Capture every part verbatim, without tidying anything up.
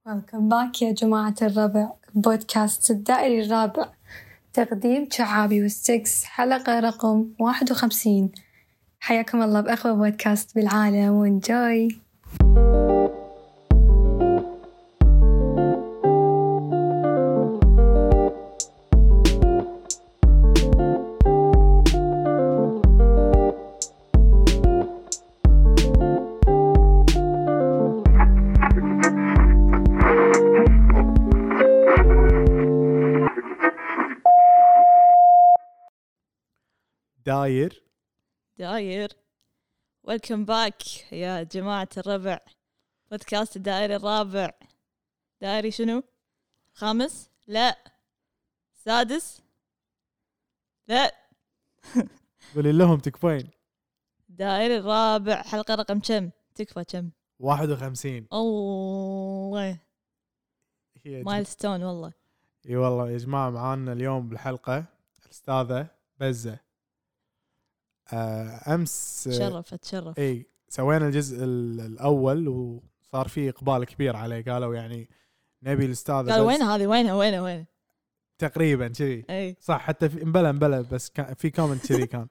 Welcome back يا جماعة الربع، بودكاست الدائري الرابع، تقديم شعابي والسكس، حلقة رقم واحد وخمسين. حياكم الله بأخوة بودكاست بالعالم، وانجوي. داير داير ويلكم باك يا جماعة الربع، بودكاست الدائري الرابع. دائري شنو؟ خامس؟ لا. سادس؟ لا. قولي لهم تكفين. دائري الرابع، حلقة رقم كم؟ تكفى كم؟ واحد وخمسين. الله مايلستون والله. اي والله يا جماعة، معانا اليوم بالحلقة الأستاذة بزة. آه أمس تشرف تشرف. اي سوينا الجزء الأول وصار فيه إقبال كبير عليه، قالوا يعني نبي الأستاذة. قالوا وين هذه؟ وينها وينها وين؟ تقريبا كذي. اي صح، حتى في مبلا مبلا بس كان في كومنت كذي كان.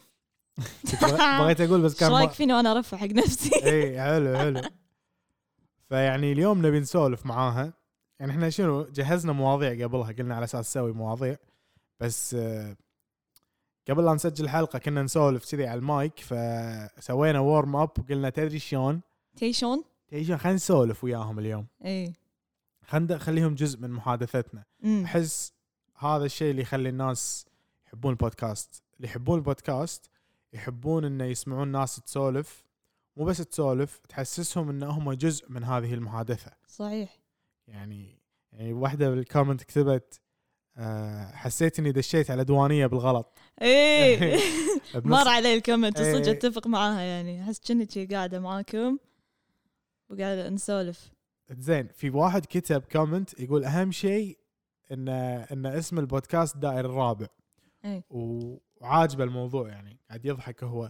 بغيت أقول بس كان. شو رايك فيني وأنا أرفع حق نفسي؟ اي حلو حلو. فيعني اليوم نبي نسولف معاها. يعني احنا شنو جهزنا مواضيع قبلها، قلنا على اساس نسوي مواضيع، بس قبل لا نسجل الحلقه كنا نسولف كذي على المايك، فسوينا وورم اب وقلنا تدري شلون تي شلون تي شلون خلينا نسولف وياهم اليوم. اي خلينا نخليهم جزء من محادثتنا. مم. احس هذا الشيء اللي يخلي الناس يحبون البودكاست. اللي يحبون البودكاست يحبون انه يسمعون ناس تسولف، مو بس تسولف، تحسسهم ان هم جزء من هذه المحادثه. صحيح. يعني يعني واحدة بالكومنت كتبت أه حسيت اني دشيت على دوانية بالغلط. ايه مر علي الكومنت ايه. وصدق اتفق معاها، يعني احس كني شي قاعده معاكم وقاعده نسولف. زين، في واحد كتب كومنت يقول اهم شيء ان ان اسم البودكاست دائري الرابع. ايه. وعاجبه الموضوع، يعني قاعد يضحك هو.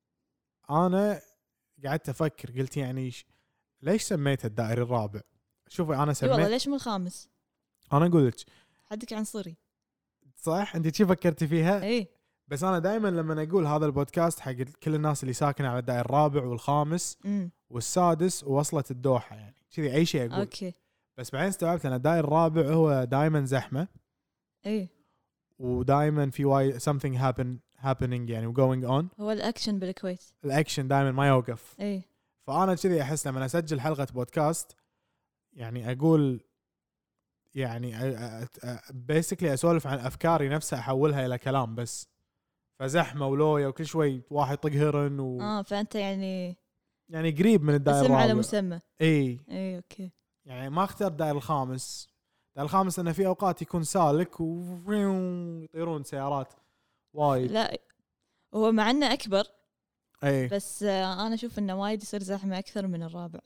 انا قعدت افكر، قلت يعني ليش سميته الدائري الرابع؟ شوفي انا سميت والله ليش مو الخامس؟ انا قلت حدك عنصري. صح، انت شي فكرتي فيها؟ ايه. بس انا دائما لما اقول هذا البودكاست حق كل الناس اللي ساكنه على الدائري الرابع والخامس امم والسادس ووصلت الدوحه، يعني كذي اي شيء اقول. اوكي. بس بعدين استوعبت ان الدائري الرابع هو دائما زحمه، ايه. ودائما في واي something happen happening يعني going on. هو الاكشن بالكويت. الاكشن دائما ما يوقف. ايه. فانا كذي احس لما اسجل حلقه بودكاست يعني اقول يعني بيسكلي اسولف عن افكاري نفسها، احولها الى كلام بس. فزحمه ولويا وكل شوي واحد يطق هرن و... اه فانت يعني يعني قريب من الدائري اسم الرابع. على مسمى. اي اي اوكي. يعني ما اختار الدائري الخامس. الدائري الخامس انه في اوقات يكون سالك ويطيرون سيارات وايد. لا هو مع انه اكبر، اي بس آه انا اشوف انه وايد يصير زحمه اكثر من الرابع.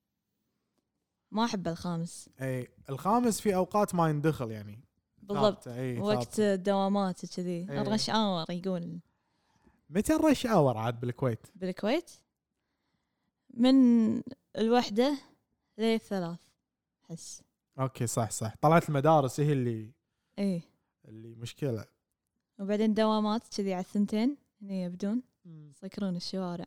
ما احب الخامس. اي الخامس في اوقات ما يندخل يعني. بالضبط. أي وقت الدوامات كذي. أي. الرش اور يقول. متى الرش اور عاد بالكويت؟ بالكويت من الوحدة للثلاث حس. اوكي صح صح، طلعت المدارس هي اللي ايه اللي مشكلة. وبعدين دوامات كذي على الثنتين هني يبدون يسكرون الشوارع.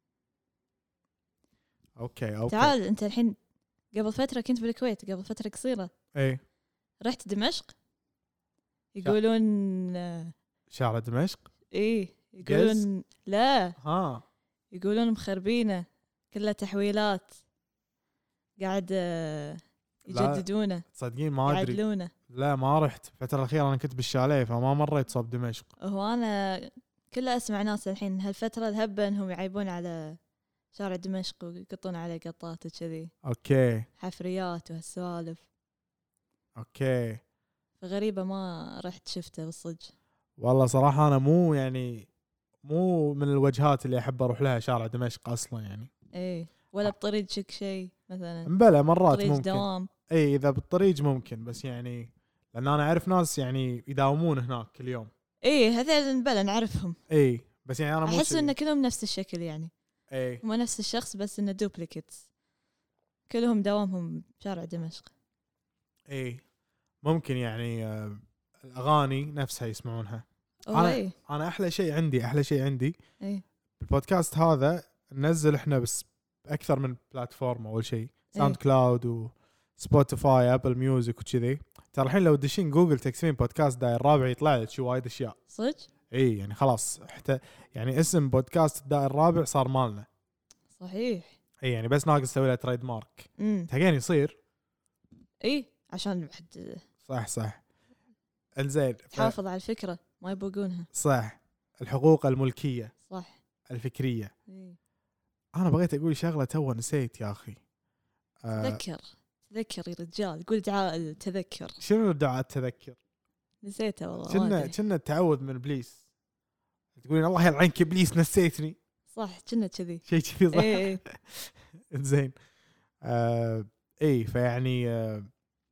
اوكي اوكي. تعال انت الحين، قبل فترة كنت بالكويت، قبل فترة قصيرة ايه رحت دمشق. يقولون شارع دمشق. ايه يقولون لا ها يقولون مخربينه كلها تحويلات، قاعد يجددونه. تصدقين ما ادري. يعدلونه. لا ما رحت الفترة الأخيرة، أنا كنت بالشاليه فما مريت صوب دمشق. هو أنا كله أسمع ناس الحين هالفترة الهبة إنهم يعيبون على شارع دمشق ويقطون عليه قطات وكذي. أوكي. حفريات وهالسوالف. أوكي. فغريبة ما رحت شفته بالصدق. والله صراحة أنا مو يعني مو من الوجهات اللي أحب أروح لها شارع دمشق أصلا يعني. إيه ولا بطريق شك شيء مثلا. مبلا مرات طريق ممكن. دوام. إيه إذا بالطريق ممكن، بس يعني لأن أنا أعرف ناس يعني يداومون هناك كل يوم. إيه هذول مبلا نعرفهم. إيه بس يعني أنا مو أحس إن كلهم نفس الشكل يعني. إيه هم نفس الشخص بس إنه دوبليكيتس كلهم دوامهم شارع دمشق. اي ممكن يعني آه، الاغاني نفسها يسمعونها. أوه انا إيه. انا احلى شيء عندي احلى شيء عندي إيه. البودكاست هذا ننزل احنا بس اكثر من بلاتفورم. اول شيء ساوند إيه. كلاود وسبوتيفاي ابل ميوزك وكذي. ترى الحين لو تدشين جوجل تكتبين بودكاست داير الرابع يطلع لك شو وايد اشياء. صدق. اي يعني خلاص حتى يعني اسم بودكاست الدائر الرابع صار مالنا. صحيح. اي يعني بس ناقص نسوي له تريد مارك. امم تلقين يصير. اي عشان بعد صح صح. انزين ف... تحافظ على الفكره ما يبوقونها. صح. الحقوق الملكيه صح. الفكريه. إيه. انا بغيت اقول شغله تو نسيت يا اخي. آه تذكر تذكر يا رجال قول دعاء التذكر. شنو دعاء التذكر؟ نسيته والله. ما كنا أدري. كنا التعوذ من ابليس. تقولين الله يلعنك ابليس نسيتني. صح كنا كذي. شيء كذي صح. اي اي زين. آه اي فيعني آه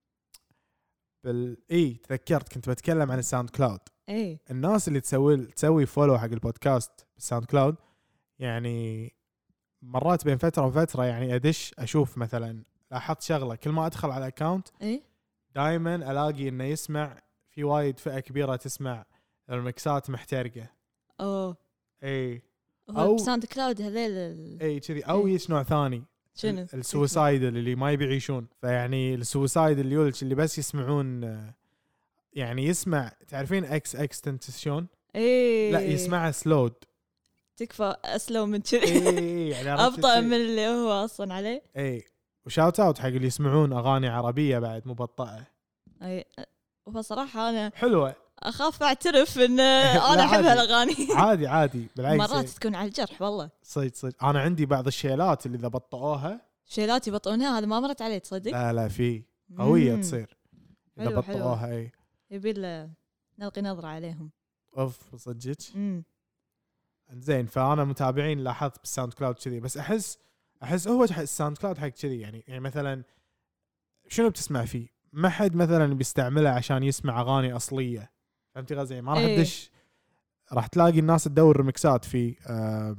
بال اي تذكرت كنت بتكلم عن الساوند كلاود. اي الناس اللي تسوي تسوي فولو حق البودكاست بالساوند كلاود يعني مرات بين فتره وفتره يعني ادش اشوف مثلا لاحظت شغله كل ما ادخل على الاكاونت اي دائما الاقي انه يسمع في وايد فئه كبيره تسمع المكسات محترقه. اوه اي هو أو- ساوند كلاود هذيل ال... اي كذي او إيه. يش نوع ثاني شنو السوسايدل اللي ما يبي يعيشون. فيعني السوسايدل اللي يولج اللي بس يسمعون آه، يعني يسمع تعرفين اكس اكس تنتشون اي لا يسمعها سلود. تكفى اسلو من كذي. اي يعني عرفت ابطا الشيء؟ من اللي هو اصلا عليه. اي وشاوت اوت حق اللي يسمعون اغاني عربيه بعد مبطئه اي وصراحه انا حلوه. اخاف اعترف ان لا انا احب عادي. هالاغاني. عادي عادي بالعكس. مرات تكون على الجرح والله. صدق صدق انا عندي بعض الشيلات اللي اذا بطئوها شيلات يبطئونها هذا ما مرت عليه تصدق. لا لا في قويه مم. تصير اذا حلوة، حلوة. بطئوها. اي يبي له نلقي نظره عليهم. اوف صدقك. امم زين فانا متابعين لاحظت بالساوند كلاود كذي بس احس احس هو الساوند كلاود حق كذي يعني يعني مثلا شنو بتسمع فيه ما حد مثلا بيستعمله عشان يسمع اغاني اصليه. فهمتي غزي ما راح إيه. تدش راح تلاقي الناس تدور ريمكسات فيه. آه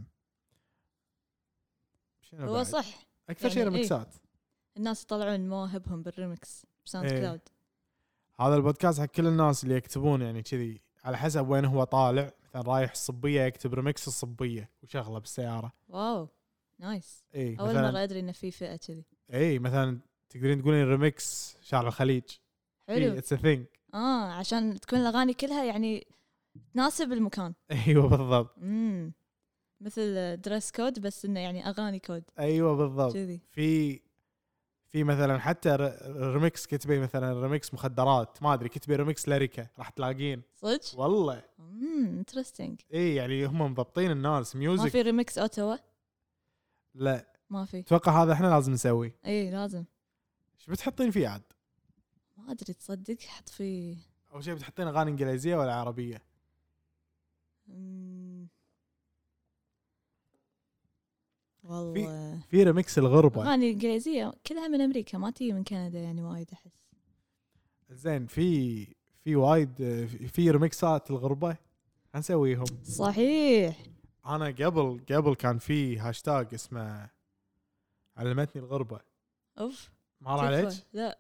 شنو هو بعد؟ صح اكثر شيء يعني إيه. ريمكسات. الناس يطلعون مواهبهم بالريمكس بساوند إيه. كلاود. هذا البودكاست حق كل الناس اللي يكتبون يعني كذي على حسب وين هو طالع مثلا رايح الصبيه يكتب ريمكس الصبيه وشغله بالسياره. واو نايس. اي اول مثلا مره ادري ان في فئه كذي. اي مثلا تقدرين تقولين ريمكس شارع الخليج. حلو. اتس ا ثينج. اه عشان تكون الاغاني كلها يعني تناسب المكان. ايوه بالضبط. امم مثل دريس كود بس انه يعني اغاني كود ايوه بالضبط. كذي. في في مثلا حتى ريمكس كتبي مثلا ريمكس مخدرات ما ادري كتبي ريمكس لاريكا راح تلاقين صدق. والله. امم انترستينج. اي يعني هم مضبطين الناس ما ميوزك. في ريمكس اوتوا. لا ما في. اتوقع هذا احنا لازم نسوي. اي لازم. ايش بتحطين فيه عاد؟ ما ادري تصدق حط فيه. اول شيء بتحطين اغاني انجليزيه ولا عربيه؟ مم. والله في ريمكس الغربه. اغاني انجليزيه كلها من امريكا ما تيجي من كندا يعني وايد احس. زين في في وايد في ريمكسات الغربه هنسويهم. صحيح. انا قبل قبل كان في هاشتاج اسمه علمتني الغربه. اوف مر عليك؟ لا.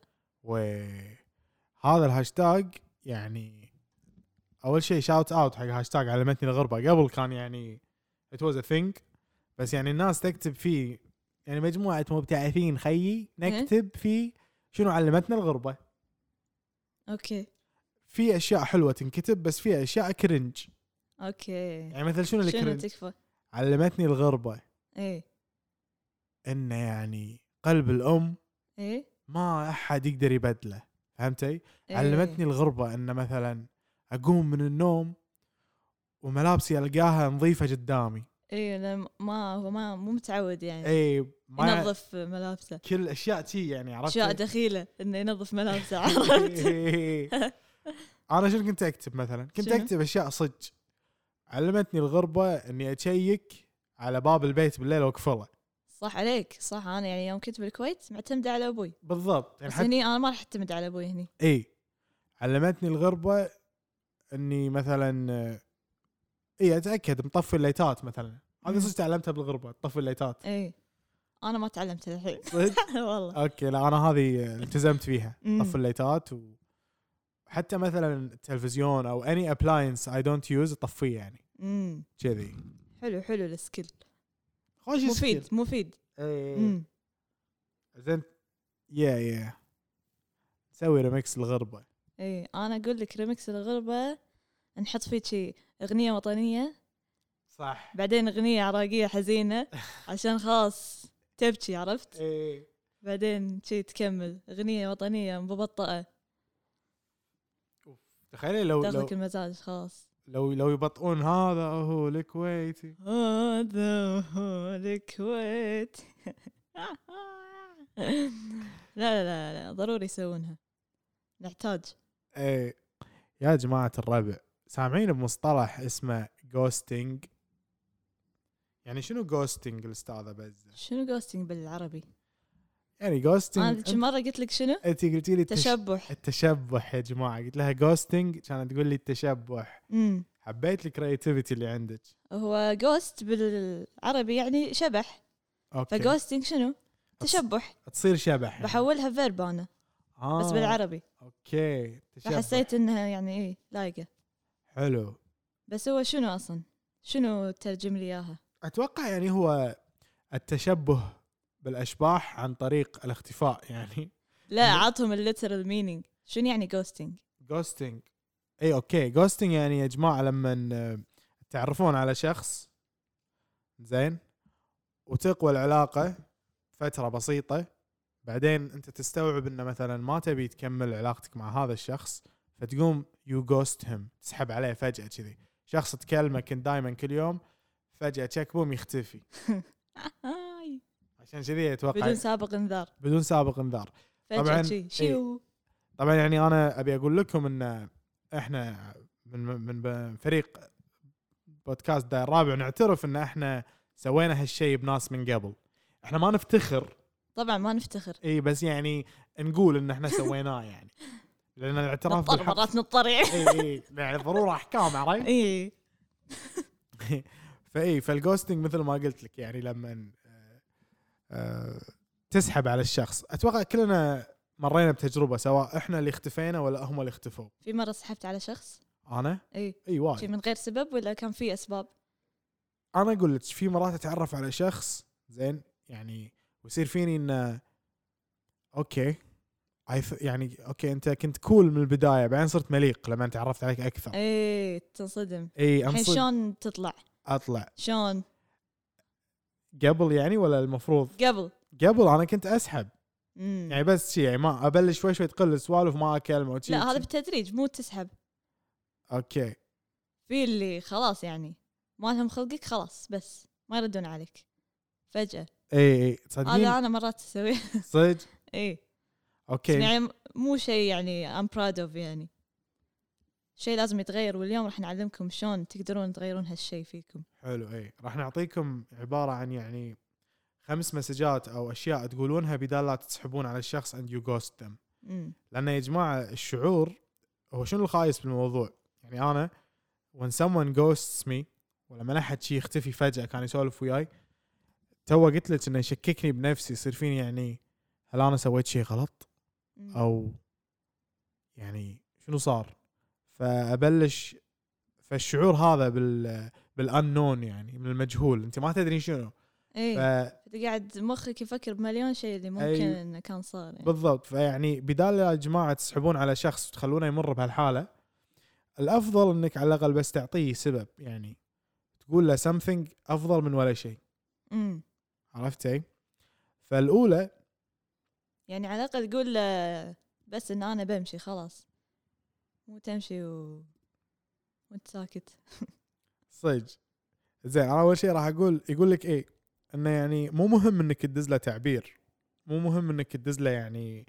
وهذا الهاشتاج يعني اول شيء شاوت اوت حق هاشتاج علمتني الغربه. قبل كان يعني it was a thing بس يعني الناس تكتب فيه يعني مجموعه مبتعثين خيي نكتب فيه شنو علمتنا الغربه. اوكي. في اشياء حلوه تنكتب بس في اشياء كرنج. اوكي يعني مثل شنو اللي شنو كرنج؟ تكفى. علمتني الغربه ايه انه يعني قلب الام ايه ما احد يقدر يبدله. فهمتي؟ إيه. علمتني الغربه ان مثلا اقوم من النوم وملابسي القاها نظيفه قدامي. ايه لا ما هو ما مو متعود يعني اي ما ينظف ملابسه. كل اشياء تي يعني عرفت اشياء دخيله انه ينظف ملابسه. عرفت. انا شنو كنت اكتب مثلا كنت شنو؟ اكتب اشياء صج. علمتني الغربه اني اشيك على باب البيت بالليل واقفله. صح عليك صح. انا يعني يوم كنت بالكويت معتمده على ابوي بالضبط يعني بس هني انا ما راح اعتمد على ابوي هني. اي علمتني الغربه اني مثلا اي اتاكد مطفي الليتات مثلا. هذا مم. صدق تعلمتها بالغربه تطفي الليتات. ايه انا ما تعلمت الحين صدق؟ والله. اوكي لا انا هذه التزمت فيها مم. طف الليتات وحتى مثلا التلفزيون او اني ابلاينس اي دونت يوز اطفيه يعني امم كذي. حلو حلو السكيل خوش مفيد سكيل. مفيد ايه امم زين يا يا نسوي ريمكس الغربه. اي انا اقول لك ريمكس الغربه نحط فيه شي اغنيه وطنيه صح. بعدين اغنيه عراقيه حزينه عشان خلاص تبكي عرفت. ايه بعدين شي تكمل اغنيه وطنيه مبطئه تخيلي لو لو تاخذك المزاج خلاص. لو لو يبطئون هذا هو الكويتي. هذا هو الكويت لا لا لا لا ضروري يسوونها نحتاج. ايه يا جماعة الربع سامعين بمصطلح اسمه غوستينج؟ يعني شنو غوستينج الأستاذة بزة؟ شنو غوستنج بالعربي؟ يعني انا غوستينج ذيك مرة قلت لك شنو؟ انت قلتي لي التش... تشبح. التشبح يا جماعة. قلت لها غوستينج كانت تقول لي التشبح. امم حبيت الكرياتيفيتي اللي عندك. هو جوست بالعربي يعني شبح. اوكي فجوستنج شنو؟ تشبح. تصير شبح يعني. بحولها فيرب انا آه. بس بالعربي. اوكي تشبح. فحسيت انها يعني ايه لايقة. حلو. بس هو شنو اصلا؟ شنو ترجم لي اياها؟ اتوقع يعني هو التشبه بالاشباح عن طريق الاختفاء يعني. لا عطهم الليترال مينينج. شنو يعني جوستنج؟ غوستينج اي اوكي غوستينج يعني يا جماعه لما تعرفون على شخص زين وتقوى العلاقه فتره بسيطه بعدين انت تستوعب انه مثلا ما تبي تكمل علاقتك مع هذا الشخص فتقوم يو غوست هيم تسحب عليه فجاه كذي. شخص تكلمه كنت دائما كل يوم فجاه تشك بوم يختفي عشان كذي اتوقع بدون سابق انذار. بدون سابق انذار. طبعا شي شيو. طبعا يعني انا ابي اقول لكم ان احنا من من فريق بودكاست داير الرابع نعترف ان احنا سوينا هالشيء بناس من قبل. احنا ما نفتخر طبعا ما نفتخر. اي بس يعني نقول ان احنا سويناه يعني لان الاعتراف نضطر مرات نضطر اي اي يعني ضروره احكام عرفت. اي فاي فالجوستنج مثل ما قلت لك يعني لما أه تسحب على الشخص. اتوقع كلنا مرينا بتجربه سواء احنا اللي اختفينا ولا هم اللي اختفوا. في مره سحبت على شخص انا اي اي وايد شيء من غير سبب ولا كان في اسباب؟ انا اقول لك في مرات اتعرف على شخص زين يعني ويصير فيني انه اوكي يعني اوكي انت كنت كول من البدايه بعدين صرت مليق لما تعرفت عليك اكثر. اي تنصدم. اي الحين شلون تطلع؟ اطلع شلون قبل يعني ولا المفروض قبل؟ قبل انا كنت اسحب مم. يعني بس شيء يعني ما ابلش شوي شوي تقل السوالف ما اكلمه وشي. لا هذا بالتدريج مو تسحب. اوكي في اللي خلاص يعني ما لهم خلقك خلاص بس ما يردون عليك فجأة. اي اي صدقين هذا انا مرات اسوي صدق. اي اوكي يعني مو شيء يعني I'm proud of يعني شيء لازم يتغير واليوم راح نعلمكم شلون تقدرون تغيرون هالشيء فيكم. حلو. اي راح نعطيكم عباره عن يعني خمس مسجات او اشياء تقولونها بدال لا تسحبون على الشخص and you ghost them. مم. لان يا جماعه الشعور هو شنو الخايس بالموضوع. يعني انا when someone ghosts me ولما احد شيء يختفي فجاه كان يسولف وياي تو قلت لك انه يشككني بنفسي يصير فيني يعني هل انا سويت شيء غلط مم. او يعني شنو صار. فابلش فالشعور هذا بال بالانون يعني من المجهول انت ما تدري شنو. اي ف... قاعد مخك يفكر بمليون شيء اللي ممكن أي... انه كان صار يعني. بالضبط. فيعني بدال يا جماعه تسحبون على شخص وتخلونه يمر بهالحاله الافضل انك على الاقل بس تعطيه سبب يعني تقول له something افضل من ولا شيء. امم عرفتي؟ فالاولى يعني على الاقل تقول له بس ان انا بمشي خلاص مو تمشي و وانت ساكت. صدق. زين انا اول شيء راح اقول يقول لك ايه انه يعني مو مهم انك تدز له تعبير مو مهم انك تدز له يعني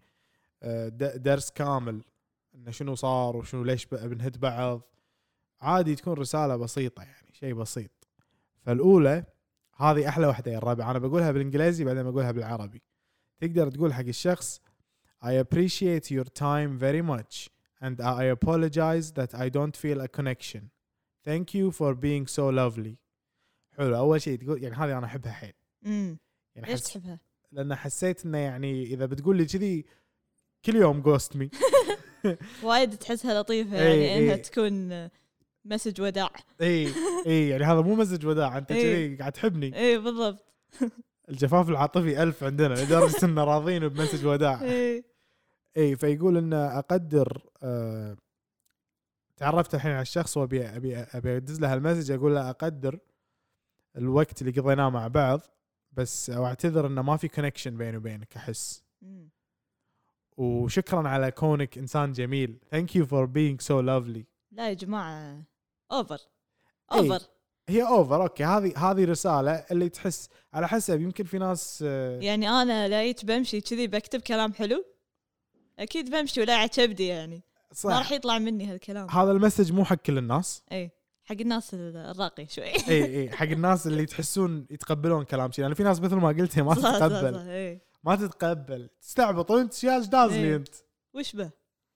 درس كامل انه شنو صار وشنو ليش بنهد بعض. عادي تكون رسالة بسيطة يعني شيء بسيط. فالاولى هذه احلى واحدة يا الرابعة انا بقولها بالانجليزي بعدين بقولها بالعربي. تقدر تقول حق الشخص I appreciate your time very much and I apologize that I don't feel a connection. Thank you for being so lovely. حلو. اول شيء تقول يعني هذه انا احبها حيل. امم يعني ليش حس... تحبها؟ لان حسيت انه يعني اذا بتقول لي كذي كل يوم جوست مي وايد تحسها لطيفة إيه يعني انها إيه. تكون مسج وداع. اي اي يعني هذا مو مزج وداع، انت إيه. كذي قاعد تحبني. ايه بالضبط. الجفاف العاطفي ألف عندنا لدرجة إن راضين بمسج وداع. ايه اي فيقول إن أقدر آه تعرفت الحين على الشخص وابي ابي ابي ادز له المسج، اقول له اقدر الوقت اللي قضيناه مع بعض، بس واعتذر انه ما في كونكشن بيني وبينك احس، مم. وشكرا على كونك انسان جميل. thank you for being so lovely. لا يا جماعة اوفر إيه. اوفر. هي اوفر اوكي، هذه هذه رسالة اللي تحس على حسب، يمكن في ناس آه يعني انا لقيت بمشي كذي بكتب كلام حلو اكيد بمشي ولا عتبدي يعني صح. ما راح يطلع مني هالكلام. هذا المسج مو حق كل الناس. اي حق الناس الراقي شوي. اي اي حق الناس اللي تحسون يتقبلون كلام شيء، يعني في ناس مثل ما قلت ما صح صح تتقبل صح. ايه. ما تتقبل تستعبط وانت يا دازلي إيه. انت. وش به؟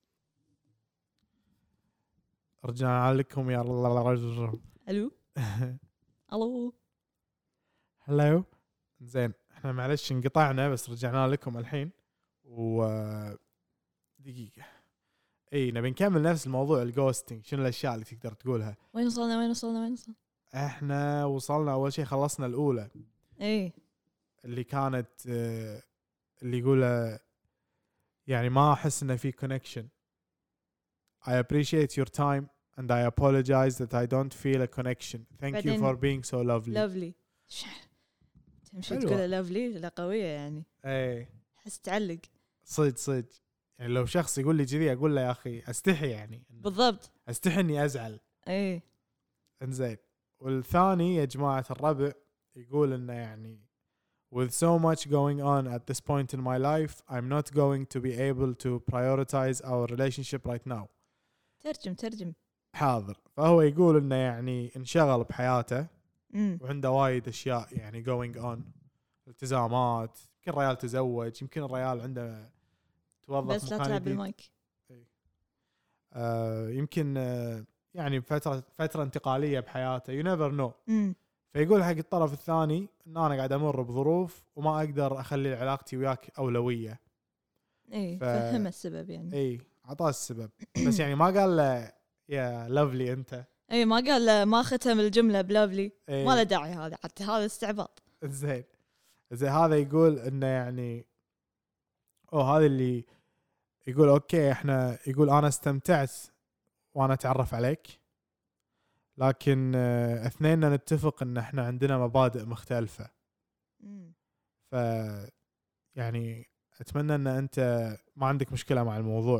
رجعنا لكم يا الله. الو الو هلو. زين احنا معلش انقطعنا بس رجعنا لكم الحين و دقيقة. اي نبي نكمل نفس الموضوع الجوستنج، شنو الاشياء اللي تقدر تقولها. وين وصلنا وين وصلنا وين وصلنا؟ احنا وصلنا اول شيء خلصنا الاولى ايه اللي كانت آه، اللي يقول يعني ما احس انه في connection. I appreciate your time and I apologize that I don't feel a connection. Thank you بعدين for being so lovely. لافلي تمشي حلوة. تقول لافلي لا قوية يعني ايه حس تعلق صدق صدق، يعني لو شخص يقول لي كذي اقول له يا اخي استحي، يعني بالضبط. استحي اني ازعل. ايه انزين. والثاني يا جماعة الربع يقول انه يعني with so much going on at this point in my life I'm not going to be able to prioritize our relationship right now. ترجم ترجم. حاضر. فهو يقول انه يعني انشغل بحياته امم وعنده وايد اشياء يعني going on، التزامات، يمكن الريال تزوج، يمكن الريال عنده توظف بس لا مكان تلعب جديد. بالمايك. آه يمكن آه يعني فترة فترة انتقالية بحياته you never know. امم فيقول حق الطرف الثاني ان انا قاعد امر بظروف وما اقدر اخلي علاقتي وياك اولوية. ايه ف... فهم السبب يعني. اي عطاه السبب بس يعني ما قال له يا لافلي انت. ايه ما قال ما ختم الجملة بلافلي. إيه. ما له داعي هذا حتى هذا استعباط. زين زين هذا يقول انه يعني اوه هذا اللي يقول اوكي احنا يقول انا استمتعت وانا اتعرف عليك، لكن اه اثنيننا نتفق ان احنا عندنا مبادئ مختلفة. امم ف يعني اتمنى ان انت ما عندك مشكلة مع الموضوع.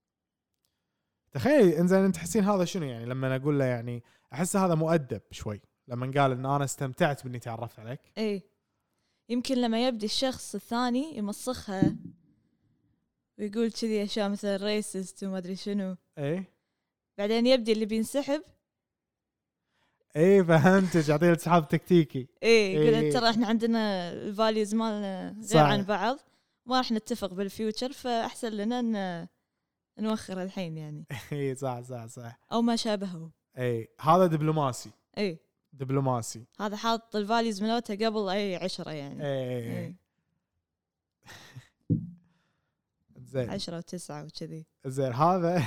تخيل انزين انت تحسين هذا شنو يعني لما اقول له يعني احس هذا مؤدب شوي لما قال ان انا استمتعت باني تعرفت عليك. ايه يمكن لما يبدي الشخص الثاني يمسخها ويقول كذي اشياء مثل ريسست وما ادري شنو، ايه بعدين يبدي اللي بينسحب. ايه فهمتك، يعطيه السحاب تكتيكي. ايه يقول إيه. ترى احنا عندنا الفاليوز مالنا صح. غير عن بعض ما راح نتفق بالفيوتشر، فاحسن لنا ان نوخر الحين يعني ايه صح صح صح. او ما شابهه. ايه هذا دبلوماسي. ايه دبلوماسي. هذا حاط الفاليوز مالته قبل اي عشرة يعني. ايه ايه ايه زين عشرة وتسعة وكذي. زين هذا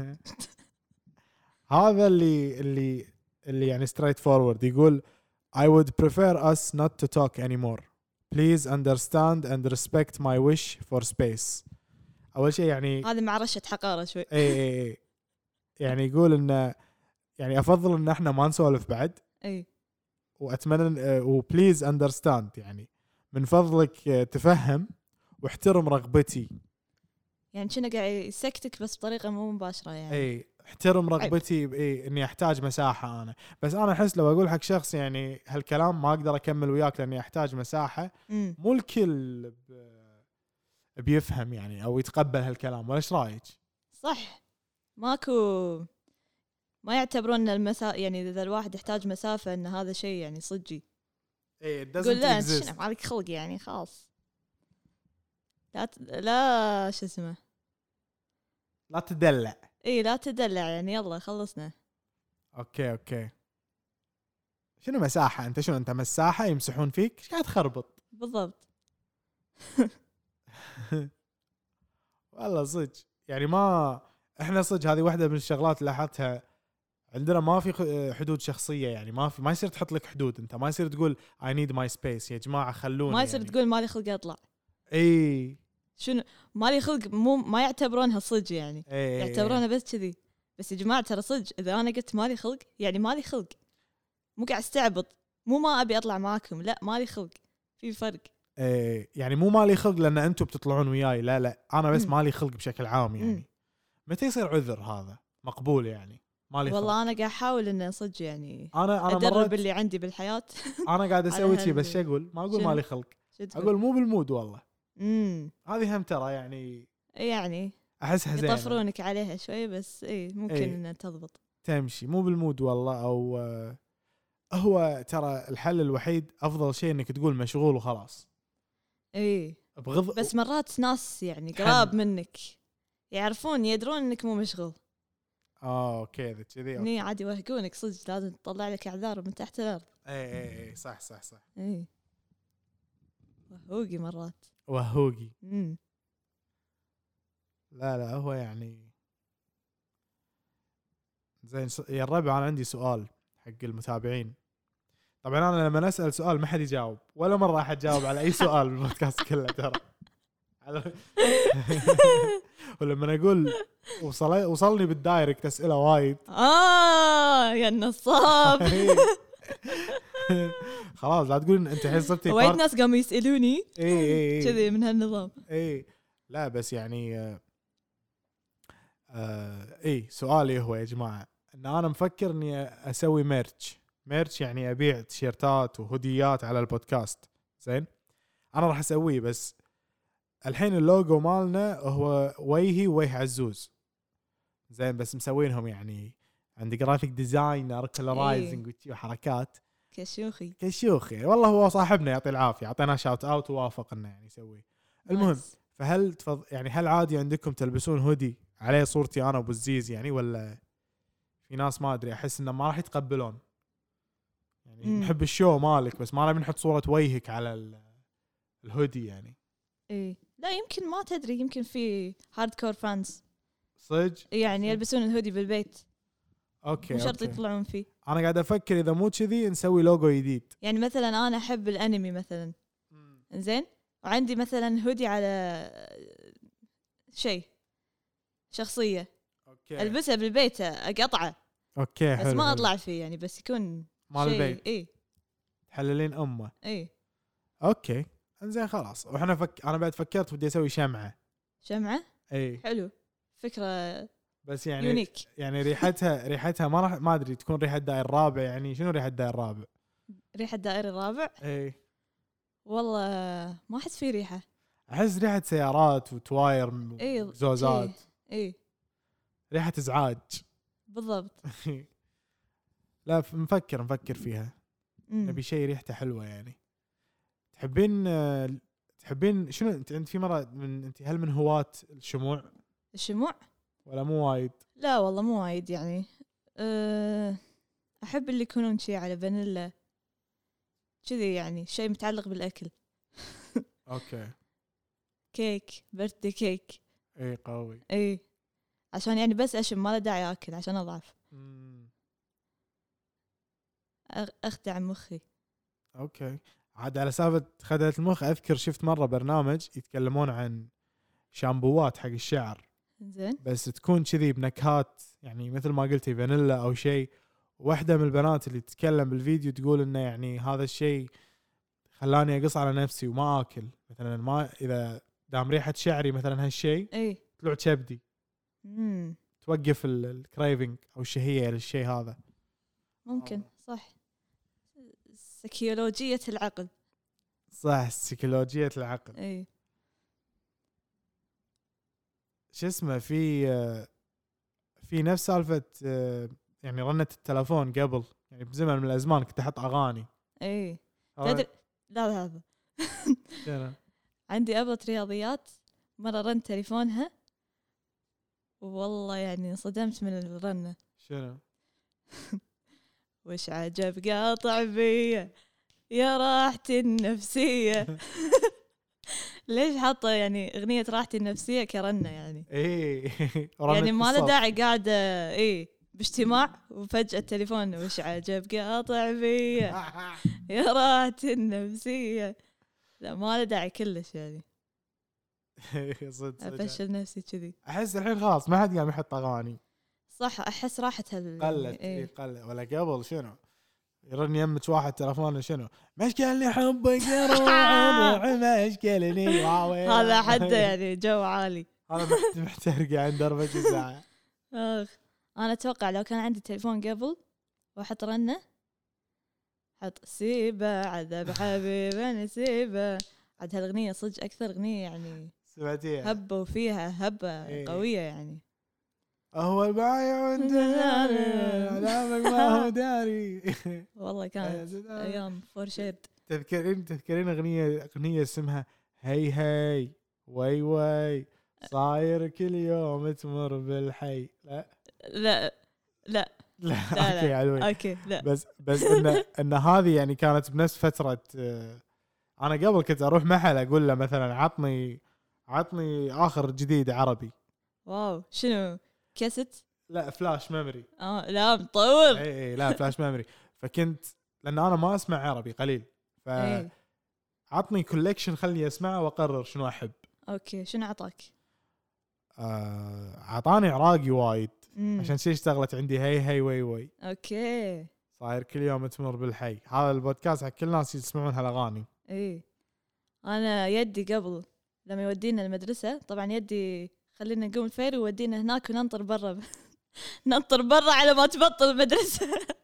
هذا اللي اللي اللي يعني straight forward يقول I would prefer us not to talk anymore. Please understand and respect my wish for space. أول شيء يعني هذا مع رشة حقارة شوي. إيه إيه إيه يعني يقول إنه يعني أفضل إن إحنا ما نسولف بعد. ايه وأتمنى و please understand يعني من فضلك تفهم واحترم رغبتي. يعني كنا قاعد يسكتك بس بطريقة مو مباشرة يعني. اي احترم رغبتي بايه اني احتاج مساحه انا، بس انا احس لو اقول حق شخص يعني هالكلام ما اقدر اكمل وياك لاني احتاج مساحه، مم. مو الكل بيفهم يعني او يتقبل هالكلام، ولا ايش رايك؟ صح ماكو ما يعتبرون المسا يعني اذا الواحد يحتاج مسافة ان هذا شيء يعني صجي. ايه it قول doesn't لا انت exist. شنو مالك خلق يعني خلاص لا ت... لا شو اسمه لا تدلع. اي لا تدلع يعني يلا خلصنا. اوكي اوكي شنو مساحه؟ انت شنو انت مساحه يمسحون فيك؟ ايش قاعد تخربط؟ بالضبط. والله صدق يعني ما احنا صدق هذه واحدة من الشغلات اللي لاحظتها عندنا، ما في خ- حدود شخصية يعني، ما في ما يصير تحط لك حدود، انت ما يصير تقول I need my space يا جماعة خلوني، ما يصير يعني. تقول مالي خلق اطلع. اي شنو مالي خلق؟ مو ما يعتبرونها صدق يعني، اي يعتبرونها بس كذي. بس يا جماعة ترى صدق إذا أنا قلت مالي خلق يعني مالي خلق، مو قاعد استعبط، مو ما أبي أطلع معاكم، لا مالي خلق، في فرق. اي يعني مو مالي خلق لان انتم بتطلعون وياي، لا لا انا بس مم. مالي خلق بشكل عام يعني. مم. متى يصير عذر هذا مقبول يعني مالي والله خلق؟ أنا قاعد أحاول إنه صدق يعني انا انا أدرب مرات اللي عندي بالحياة. انا قاعد اسوي على شيء هال- بس شو اقول، ما اقول شنو؟ مالي خلق، شو تقول؟ اقول مو بالمود والله. امم هذه هم ترى يعني يعني احسها زينه يطفرونك عليها شوي، بس إيه ممكن إيه. إنها تضبط. تمشي مو بالمود والله، او آه، هو ترى الحل الوحيد افضل شيء انك تقول مشغول وخلاص. إيه بغض بس مرات ناس يعني قراب منك يعرفون يدرون إنك مو مشغول، اه اوكي اذا كذي أوكي. هني عادي يوهقونك صدق، لازم تطلع لك أعذار من تحت الأرض. اي اي اي صح صح صح إيه وهوقي مرات. وهوقي. امم لا لا هو يعني زين. يا الربع انا عندي سؤال حق المتابعين. طبعا انا لما اسال سؤال ما حد يجاوب ولا مره راح اجاوب على اي سؤال بالبودكاست كله ترى. ولما اقول وصل وصلني بالدايركت اسئله وايد آه يا النصاب. خلاص لا تقول انت الحين صرتي وايد بارت- ناس قاموا يسألوني اي اي اي كذي من هالنظام. اي لا بس يعني آه آه اي سؤالي هو يا جماعه ان انا مفكر اني اسوي ميرتش ميرتش يعني ابيع تيشيرتات وهديات على البودكاست. زين انا راح اسويه، بس الحين اللوجو مالنا هو وجهي وجه عزوز. زين بس مسوينهم يعني عندي جرافيك ديزاينر كلرايزنج وحركات كشوخي كشيوخ يعني. والله هو صاحبنا يعطي العافيه، اعطيناه شاوت اوت ووافق انه يعني يسويه. المهم نايس. فهل تفض... يعني هل عادي عندكم تلبسون هودي عليه صورتي انا ابو الزيز يعني، ولا في ناس ما ادري احس انه ما راح يتقبلون يعني. مم. نحب الشو مالك بس ما نبي نحط صورة وجهك على ال... الهودي يعني. ايه لا يمكن ما تدري، يمكن في هارد كور فانز صدق يعني يلبسون الهودي بالبيت، اوكي مو شرط أوكي. يطلعون فيه. انا قاعد افكر اذا مو كذي نسوي لوجو جديد. يعني مثلا انا احب الانمي مثلا، زين، وعندي مثلا هودي على شيء شخصيه اوكي البسه بالبيت اقطعه، اوكي بس حلو ما حلو. اطلع فيه يعني، بس يكون مال شيء. البيت ايه تحللين امه. ايه اوكي انزين خلاص. واحنا فك... انا بعد فكرت بدي اسوي شمعة. شمعه اي حلو، فكره بس يعني يونيك. يعني ريحتها ريحتها ما راح ما ادري تكون ريحة داير الرابع يعني. شنو ريحة داير الرابع؟ ريحه دائري الرابع اي والله ما احس فيه ريحه. احس ريحة سيارات وتواير ايه وزوزات. ايه ريحة ازعاج. بالضبط. لا ف- مفكر مفكر فيها. مم. نبي شيء ريحته حلوة يعني. تحبين آه، تحبين شنو انت انت في مرة من انت هل من هواة الشموع الشموع ولا مو وايد؟ لا والله مو وايد يعني. أه احب اللي يكونون شيء على فانيلا كذي يعني، شيء متعلق بالاكل. اوكي كيك بيرثدي كيك. اي قوي. اي عشان يعني بس اشم، ما له داعي اكل عشان اضعف، مم. أغ- اخدع مخي. اوكي عاد على سالفة خدعة المخ اذكر شفت مرة برنامج يتكلمون عن شامبوات حق الشعر، زين بس تكون كذي بنكهات يعني مثل ما قلتي فانيلا او شيء. واحدة من البنات اللي تتكلم بالفيديو تقول انه يعني هذا الشيء خلاني اقص على نفسي وما اكل مثلا، ما اذا دام ريحة شعري مثلا هالشيء اي طلع كبدي امم توقف الكريفنج او الشهية للشيء هذا. ممكن صح، سيكولوجية العقل. صح سيكولوجية العقل. اي شو اسمه في في نفس سالفة يعني رنة التلفون قبل يعني بزمن من الازمان كنت احط اغاني. اي تدري لا لا هذا شنو؟ عندي أبلة رياضيات مرة رن تليفونها والله يعني انصدمت من الرنة. شنو؟ وش عجب قاطع بيا يا راحتي النفسية. ليش حاطة يعني أغنية راحتي النفسية كرنة يعني؟ ايه يعني ما له داعي قاعدة ايه باجتماع وفجأة التليفون وش عجب قاطع فيا يا راحتي النفسية. لا ما له داعي كلش يعني. صدق أفشل نفسي كذي. احس الحين خلاص ما حد قام يحط اغاني. صح احس راحت هال قلت إيه. ايه قلت. ولا قبل شنو يرن يمك واحد تلفونه شنو مشكلني حبك يا روح روح مشكلني واوي. هذا حده يعني جو عالي. هذا محترق عند دربك ساعة. اخ انا اتوقع لو كان عندي تليفون قبل واحط رنه حط سيبه عذاب حبيبه نسيبه. عاد هالاغنيه صدق اكثر اغنيه يعني سمعتيها هبه وفيها هبه إيه. قويه يعني. هو البايع وانت داري علامك ما هو داري. والله كانت ايام فور شيرد. تذكرين تذكرين اغنيه اغنيه اسمها هي هي وي وي صاير كل يوم تمر بالحي. لا لا لا لا, لا, اوكي لا. علوي. اوكي لا بس بس ان ان هذه يعني كانت بنفس فتره. انا قبل كنت اروح محل اقول له مثلا عطني عطني اخر جديد عربي. واو شنو كاسيت؟ لا فلاش ميموري. اه لا مطور. اي اي لا فلاش ميموري. فكنت لان انا ما اسمع عربي قليل ف ايه. عطني كولكشن خلني اسمعه واقرر شنو احب. اوكي شنو عطاك؟ آه، عطاني عراقي وايد مم. عشان شي اشتغلت عندي هي هي وي وي اوكي صاير كل يوم تمر بالحي. هذا البودكاست حق كل الناس يسمعون هالاغاني. ايه انا يدي قبل لما يودينا المدرسه طبعا يدي خلينا نقوم الفير وودينا هناك وننطر برا. ننطر برا على ما تبطل المدرسه.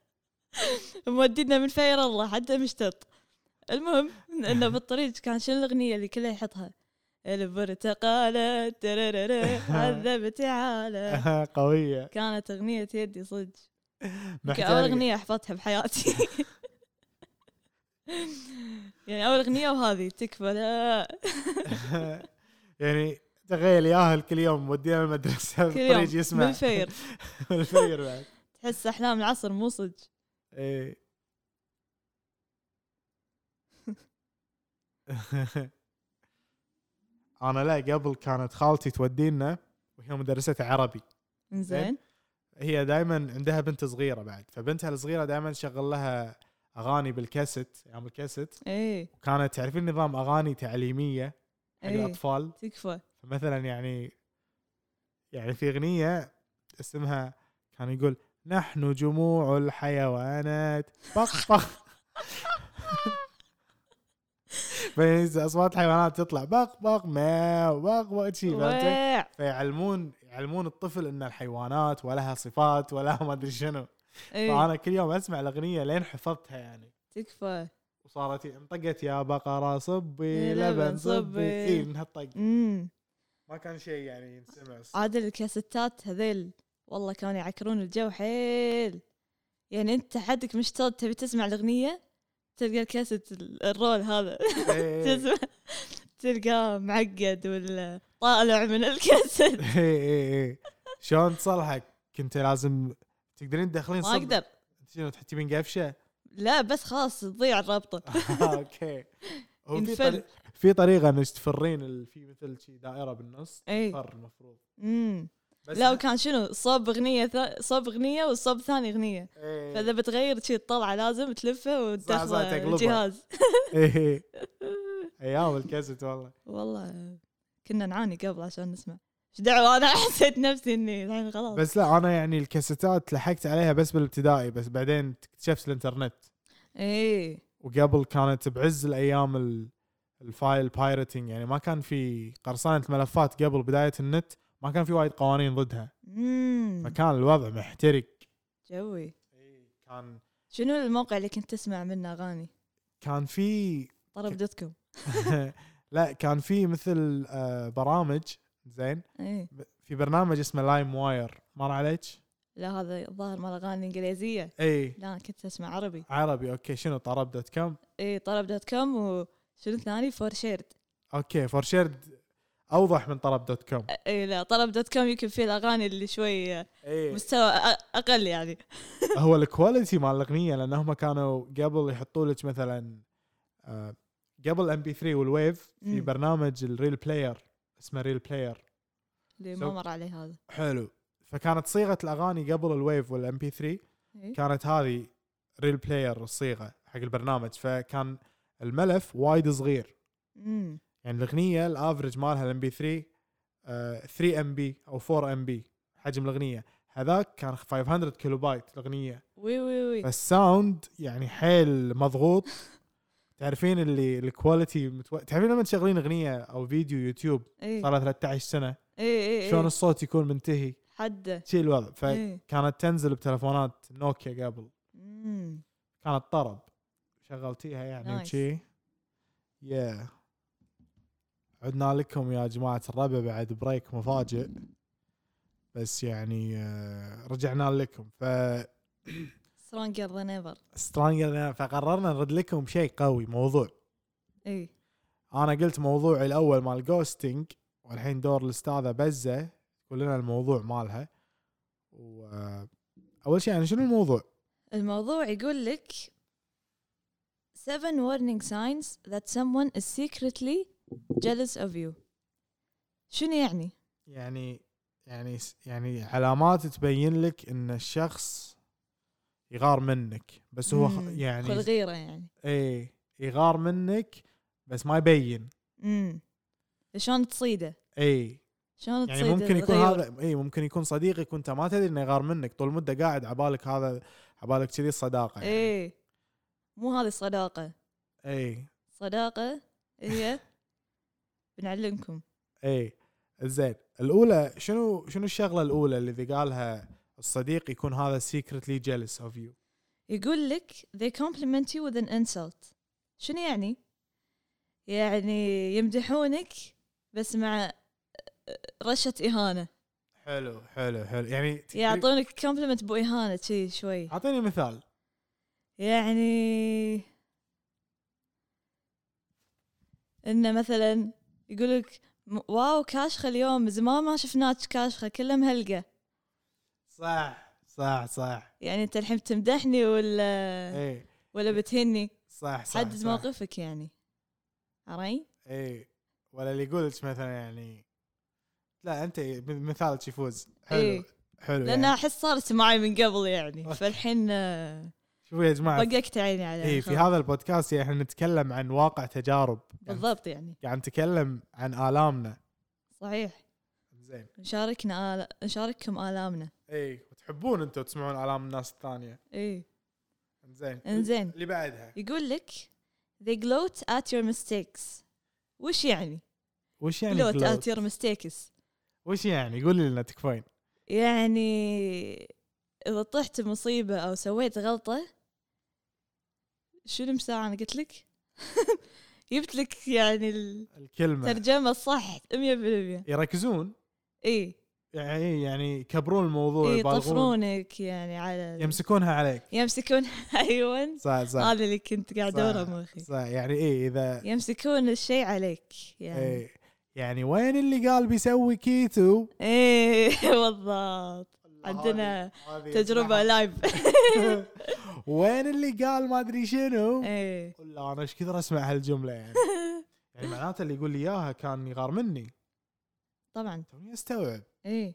مودينا من فير الله حتى مشتط. المهم انه بالطريق كان شنو الاغنيه اللي كلها يحطها البرتقاله تررر عذبتي على قويه. كانت اغنيه يدي صدق اول اغنيه حفظتها بحياتي. يعني اول اغنيه وهذه تكفى. لا يعني تخيل ياهل كل يوم ودينا المدرسه بالطريق يسمع بالفير. بالفير بعد تحس احلام العصر مو صدق. ايه. انا لا قبل كانت خالتي تودينا وهي مدرسة عربي. زين. هي دائما عندها بنت صغيرة بعد فبنتها الصغيرة دائما تشغل لها اغاني بالكاسيت ايام الكاسيت. ايه. وكانت تعرفين نظام اغاني تعليمية حق ايه. الاطفال. تكفى. فمثلا يعني يعني في اغنية اسمها كان يقول نحن جموع الحيوانات بق بق. فينزل اصوات حيوانات تطلع بق بق ماو بق بق شيء فهمت. فيعلمون يعلمون الطفل ان الحيوانات ولها صفات ولا ما ادري شنو. ايه. فانا كل يوم اسمع الاغنيه لين حفظتها يعني. تكفى. وصارت انطقت يا بقره صبي لبن صبي اي من هالطق. ما كان شيء يعني ينسمع. عادل الكاسيتات هذيل والله كانوا يعكرون الجو حيل. يعني انت حدك مشتاق تبي تسمع الاغنيه تلقى الكاسيت الرول هذا. تسمع تلقاه معقد ولا طالع من الكاسيت. اي اي اي شلون تصلحك كنت لازم تقدرين تدخلين ما اقدر. شنو تحطي بين قفشه؟ لا بس خلاص تضيع الرابطه. اوكي. هو في طريقه في طريقه انك تفرين في مثل شيء دائره بالنص فر المفروض. امم لا وكان شنو صوب اغنيه ث... صوب اغنيه وصوب ثاني اغنيه. ايه. فاذا بتغير شيء الطلعه لازم تلفه وتدخله الجهاز. ايه ايام الكاسيت والله. والله كنا نعاني قبل عشان نسمع. ايش دعوه انا حسيت نفسي اني الحين خلاص. بس لا انا يعني الكاسيتات لحقت عليها بس بالابتدائي بس بعدين اكتشفت الانترنت. ايه. وقبل كانت بعز الايام الفايل بايرتنج يعني ما كان في قرصنة ملفات قبل بداية النت ما كان في وايد قوانين ضدها. مم. فكان الوضع محترق جوي. ايه كان. شنو الموقع اللي كنت تسمع منه اغاني؟ كان في طرب دوت كوم. لا كان في مثل برامج زين. ايه. في برنامج اسمه لايم واير مر عليك؟ لا هذا الظاهر مال اغاني انجليزيه. اي لا كنت اسمع عربي. عربي اوكي. شنو طرب دوت كوم؟ اي طرب دوت كوم. وشنو الثاني فور شيرد. اوكي فور شيرد اوضح من طرب دوت كوم. اي لا طرب دوت كوم يمكن فيه الاغاني اللي شوي إيه. مستوى اقل يعني. هو الكواليتي مال الاغنيه لانهم كانوا قبل يحطوا لك مثلا آه قبل ام بي ثري والويف في مم. برنامج الريل بلاير اسمه ريل بلاير اللي سو- ما مر عليه هذا. حلو. فكانت صيغه الاغاني قبل الويف والام بي ثري إيه؟ كانت هذه ريل بلاير الصيغه حق البرنامج. فكان الملف وايد صغير امم يعني الاغنيه الافرج مالها الام بي ثري ثري ام بي او فور ام بي حجم الاغنيه. هذاك كان خمسمية كيلو بايت الاغنيه. وي وي وي فالساوند يعني حيل مضغوط. تعرفين اللي الكواليتي متو... تعرفين لما تشغلين اغنيه او فيديو يوتيوب ايه صار لها ثلاثة عشر سنه ايه ايه شلون إيه. الصوت يكون منتهي حده. شيء الوضع. إيه. فكانت تنزل بتلفونات نوكيا قبل امم كانت طرب شغلتيها يعني نايس. وشي. يا عدنا لكم يا جماعة الربع بعد بريك مفاجئ بس يعني آه، رجعنا لكم. ف stronger than ever. سترانجر فقررنا نرد لكم شيء قوي موضوع. ايه انا قلت موضوعي الاول مال جوستنج والحين دور الاستاذة بزة تقول لنا الموضوع مالها. واول شيء يعني شنو الموضوع؟ الموضوع يقول لك seven warning signs that someone is secretly jealous of you. شنو يعني؟ يعني يعني يعني علامات تبين لك ان الشخص يغار منك بس هو خ- مم. يعني كل غيرة يعني. ايه يغار منك بس ما يبين. امم شلون تصيده؟ ايه شلون يعني تصيده؟ ممكن يكون الغيور؟ هذا ايه ممكن يكون صديقك وانت ما تدري انه يغار منك طول المده قاعد عبالك هذا عبالك كذي الصداقه يعني. ايه مو هذه الصداقة. ايه صداقة هي بنعلمكم. ايه زين. الاولى شنو شنو الشغله الاولى اللي ذي قالها الصديق يكون هذا secretly jealous of you؟ يقول لك they compliment you with an insult. شنو يعني؟ يعني يمدحونك بس مع رشة إهانة. حلو حلو حلو يعني تقدري- يعطونك compliment بإهانة شي شوي. اعطيني مثال. يعني إنه مثلا يقولك م- واو كاشخة اليوم زمان ما شفناك كاشخة كلها مهلقة. صح صح صح. يعني أنت الحين بتمدحني ولا ايه ولا بتهني؟ صح صح حدد صح. موقفك يعني. عرين؟ ايه ولا اللي يقولك مثلا يعني لا انت مثالك يفوز. حلو إيه. حلو لأن يعني. أحس صارت معي من قبل يعني فالحين آه، شوفوا يا جماعه وققت عيني عليها. ايه في خلاص. هذا البودكاست يعني احنا نتكلم عن واقع تجارب يعني بالضبط يعني يعني نتكلم عن آلامنا. صحيح. زين نشاركنا آل... نشارككم آلامنا. ايه وتحبون انتم تسمعون آلام الناس الثانية. إيه زين إنزين. اللي بعدها يقول لك they gloat at your mistakes. وش يعني؟ وش يعني gloat gloat؟ at your mistakes وش يعني قولي لنا تكفين. يعني إذا طحت مصيبة أو سويت غلطة شنو مساعة أنا قلت لك جبت لك يعني الكلمة الترجمة الصح مية بالمية. يركزون إيه يعني يعني يكبرون الموضوع إيه يبالغون يطفرونك يعني على يمسكونها عليك. يمسكون أيوة صح صح هذا اللي كنت قاعد أدورها صح, مخي. صح يعني ايه اذا يمسكون الشيء عليك يعني. ايه يعني وين اللي قال بيسوي كيتو. ايه بالضبط. عندنا هذه تجربة لايف. وين اللي قال ما ادري شنو. ايه لا انا ايش كثر اسمع هالجمله يعني. يعني معناته اللي يقول لي اياها كان يغار مني. طبعا توني استوعب. ايه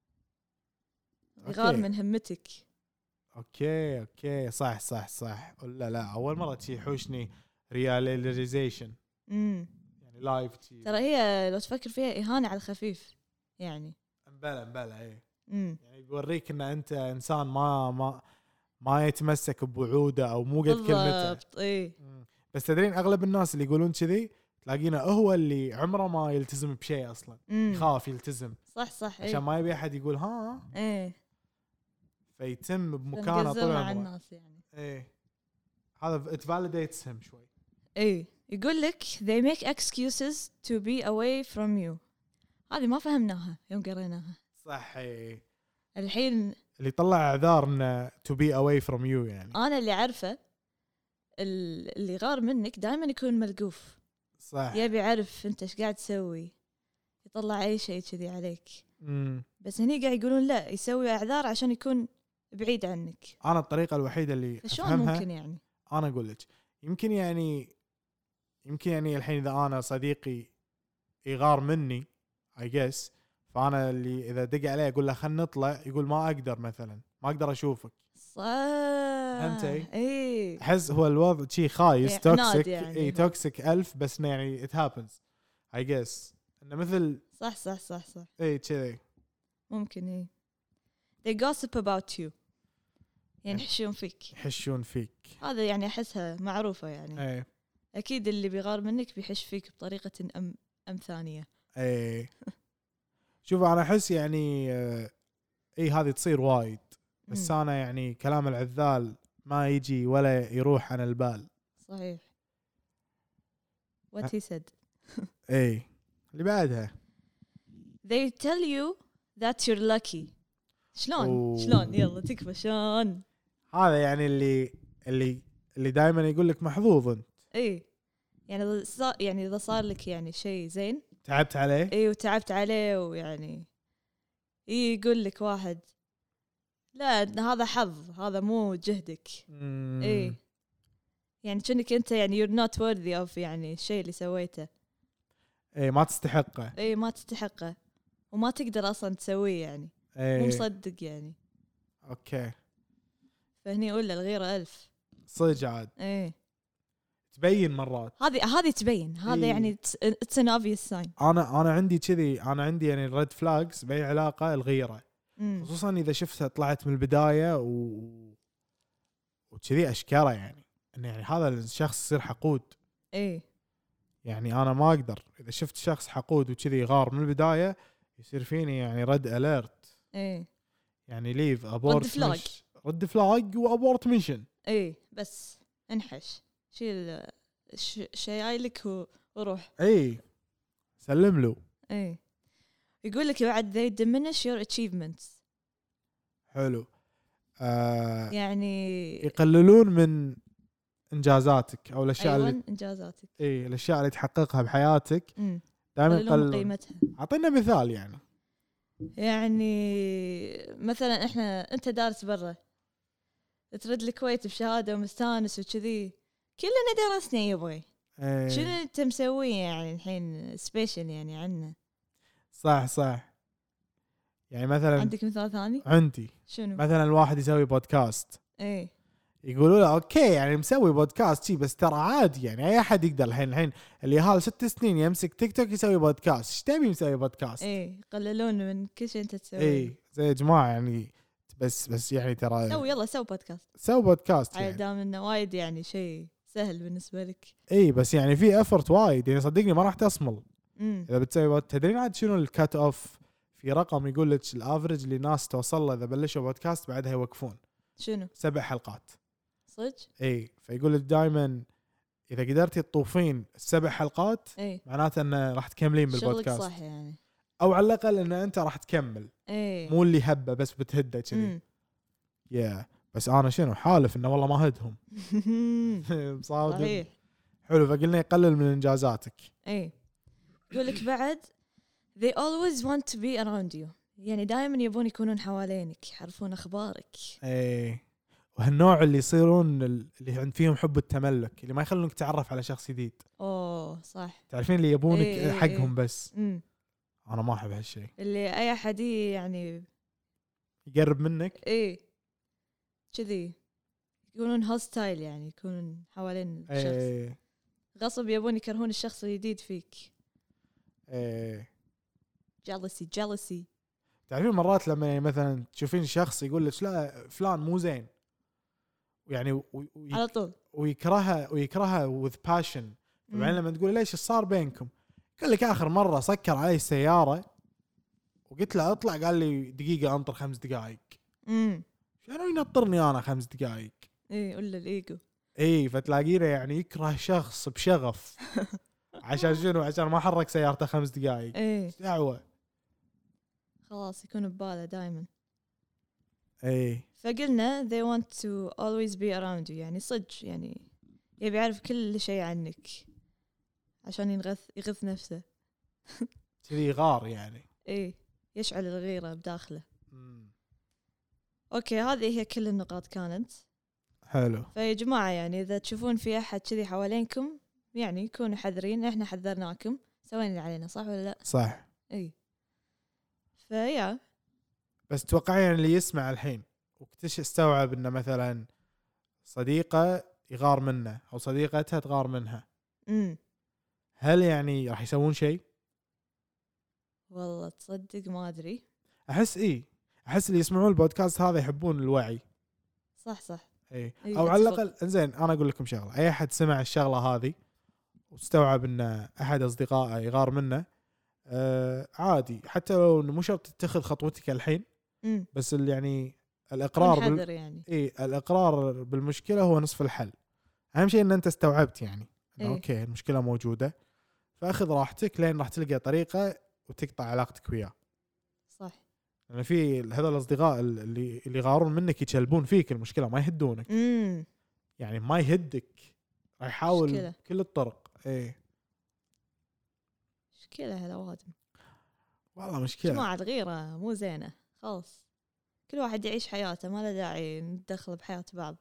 أوكي. يغار من همتك. اوكي اوكي صح صح صح. ولا لا اول مره تشي يحوشني رياليزيشن امم يعني لايف تشي. ترى هي لو تفكر فيها إهانة على الخفيف يعني. مبلا مبلا ايه امم يعني بيوريك ان انت انسان ما ما ما يتمسك بوعوده او مو قد كلمته. بالضبط ايه مم. بس تدرين اغلب الناس اللي يقولون كذي تلاقينا هو اللي عمره ما يلتزم بشيء اصلا. مم. يخاف يلتزم صح صح عشان ايه ما يبي احد يقول ها ايه فيتم بمكانه نقزر طول مع عمره. الناس يعني. ايه هذا it validates him شوي. ايه يقول لك they make excuses to be away from you. هذه ما فهمناها يوم قريناها. صح ايه الحين اللي طلع اعذار انه to be away from you يعني. انا اللي عارفه ال- اللي غار منك دائما يكون ملقوف. صح. يبي يعرف انت ايش قاعد تسوي يطلع اي شيء كذي عليك. امم بس هني قاعد يقولون لا يسوي اعذار عشان يكون بعيد عنك. انا الطريقه الوحيده اللي فشلون افهمها ممكن يعني؟ انا اقول لك يمكن يعني يمكن يعني الحين اذا انا صديقي يغار مني I guess فانا اللي اذا دق عليه اقول له خلينا نطلع يقول ما اقدر مثلا ما اقدر اشوفك صح فهمتي؟ اي احس هو الوضع شيء خايس إيه، توكسيك عناد يعني اي هو. توكسيك ألف بس إنه يعني it happens I guess انه مثل صح صح صح صح اي كذي ممكن اي they gossip about you يعني يحشون فيك يحشون فيك هذا يعني احسها معروفة يعني اي اكيد اللي بيغار منك بيحش فيك بطريقة ام ام ثانية اي شوف انا احس يعني آه، اي هذه تصير وايد بس مم. انا يعني كلام العذال ما يجي ولا يروح عن البال صحيح what he said اي اللي بعدها they tell you that you're lucky شلون أوه. شلون يلا تكفى شلون هذا يعني اللي اللي اللي دائما يقول لك محظوظ انت اي يعني إذا صار يعني اذا صار لك يعني شيء زين تعبت عليه اي وتعبت عليه ويعني اي يقول لك واحد لا هذا حظ هذا مو جهدك مم. اي يعني كأنك انت يعني you're not worthy of يعني الشيء اللي سويته اي ما تستحقه اي ما تستحقه وما تقدر اصلا تسويه يعني اي مو مصدق يعني اوكي فهني اقول له الغيرة ألف صدق عاد ايه تبين مرات هذه هذه تبين هذا إيه. يعني it's- it's an obvious sign انا انا عندي كذي انا عندي يعني الريد فلاجز باي علاقه الغيره امم خصوصا اذا شفتها طلعت من البدايه و وكذي اشكره يعني انه يعني هذا الشخص يصير حقود ايه يعني انا ما اقدر اذا شفت شخص حقود وكذي غار من البدايه يصير فيني يعني رد اليرت ايه يعني ليف ابورت فلاج. رد فلاج وابورت ميشن ايه بس انحش شيل ش- شيايلك و- وروح اي سلم له ايه يقول لك بعد they diminish your achievements حلو آه يعني يقللون من انجازاتك او الاشياء ايوه اللي انجازاتك اي الاشياء اللي تحققها بحياتك امم دائما يقللون من يقللون قيمتها اعطينا مثال يعني يعني مثلا احنا انت دارس برا ترد الكويت بشهاده ومستانس وكذي كلنا درسنا يبغي إيه. شنو انت مسوي يعني الحين سبيشل يعني عنا صح صح يعني مثلا عندك مثال ثاني عندي شنو مثلا الواحد يسوي بودكاست ايه يقولوا له اوكي يعني مسوي بودكاست شي بس ترى عادي يعني اي احد يقدر الحين الحين اللي هال ست سنين يمسك تيك توك يسوي بودكاست ايش تبي مسوي بودكاست ايه يقللون من كل شيء انت تسويه اي زي يا جماعه يعني بس بس يعني ترى سو يلا سو بودكاست سوي بودكاست على يعني. دام انه وايد يعني شيء سهل بالنسبه لك اي بس يعني في افورت وايد يعني صدقني ما راح تصمل امم اذا بتسوي بود... تدرين عاد شنو الكات اوف في رقم يقول لك الافرج اللي ناس توصل له اذا بلشوا بودكاست بعدها يوقفون شنو سبع حلقات صدق اي فيقول لك دائما اذا قدرتي تطوفين السبع حلقات ايه معناته انه راح تكملين شغلك بالبودكاست صح يعني او على الاقل ان انت راح تكمل ايه مو اللي هبه بس بتهده كذي مم. يا بس انا شنو حالف انه والله ما هدهم صادق صحيح حلو فقلنا يقلل من انجازاتك ايه يقول لك بعد they always want to be around you يعني دائما يبون يكونون حوالينك يعرفون اخبارك ايه وهالنوع اللي يصيرون اللي عند فيهم حب التملك اللي ما يخلونك تعرف على شخص جديد اوه صح تعرفين اللي يبونك إيه إيه حقهم إيه. بس امم انا ما احب هالشيء اللي اي احد يعني يقرب منك ايه كذي يكونون هوستايل يعني يكونون حوالين الشخص ايه غصب يبون يكرهون الشخص الجديد فيك ايه jealousy jealousy تعرفين مرات لما يعني مثلا تشوفين شخص يقول لك لا فلان مو زين يعني و- و- على طول ويكرهها ويكرهها with passion بعدين لما تقول ليش ايش صار بينكم قال لك اخر مره سكر علي السياره وقلت له اطلع قال لي دقيقه انطر خمس دقائق امم شنو ينطرني انا خمس دقائق ايه ولا الايجو اي فتلاقينه يعني يكره شخص بشغف عشان شنو عشان ما حرك سيارته خمس دقائق ايه دعوه خلاص يكون بباله دائما اي فقلنا they want to always be around you يعني صدق يعني يبي يعرف كل شيء عنك عشان ينغث يغث نفسه كذي غار يعني ايه يشعل الغيرة بداخله مم. اوكي هذه هي كل النقاط كانت حلو فيا جماعة يعني اذا تشوفون في احد كذي حوالينكم يعني كونوا حذرين، احنا حذرناكم، سوينا اللي علينا، صح ولا لا؟ صح. اي فيا بس توقعين يعني اللي يسمع الحين وكتش استوعب انه مثلا صديقه يغار منه او صديقتها تغار منها، امم هل يعني راح يسوون شيء؟ والله تصدق ما ادري. احس ايه، احس اللي يسمعون البودكاست هذا يحبون الوعي. صح صح. ايه إيه، او على أتفق. الاقل انزين انا اقول لكم شغله، اي احد سمع الشغله هذه واستوعب ان احد اصدقائه يغار منه، آه عادي حتى لو انه مو شرط تتخذ خطوتك الحين، امم بس اللي يعني الاقرار كون بال... حذر يعني. ايه الاقرار بالمشكله هو نصف الحل. اهم شيء ان انت استوعبت يعني إنه إيه. اوكي المشكله موجوده، فاخذ راحتك لين راح تلقى طريقه وتقطع علاقتك وياه. صح. لان في هذول الاصدقاء اللي اللي يغارون منك يشلبون فيك المشكله، ما يهدونك. امم يعني ما يهدك، راح يحاول مشكلة. كل الطرق. ايه مشكلة هالأوادم، والله مشكله. جماعة غيرة مو زينة خالص. كل واحد يعيش حياته، ما له داعي ندخل بحياة بعض.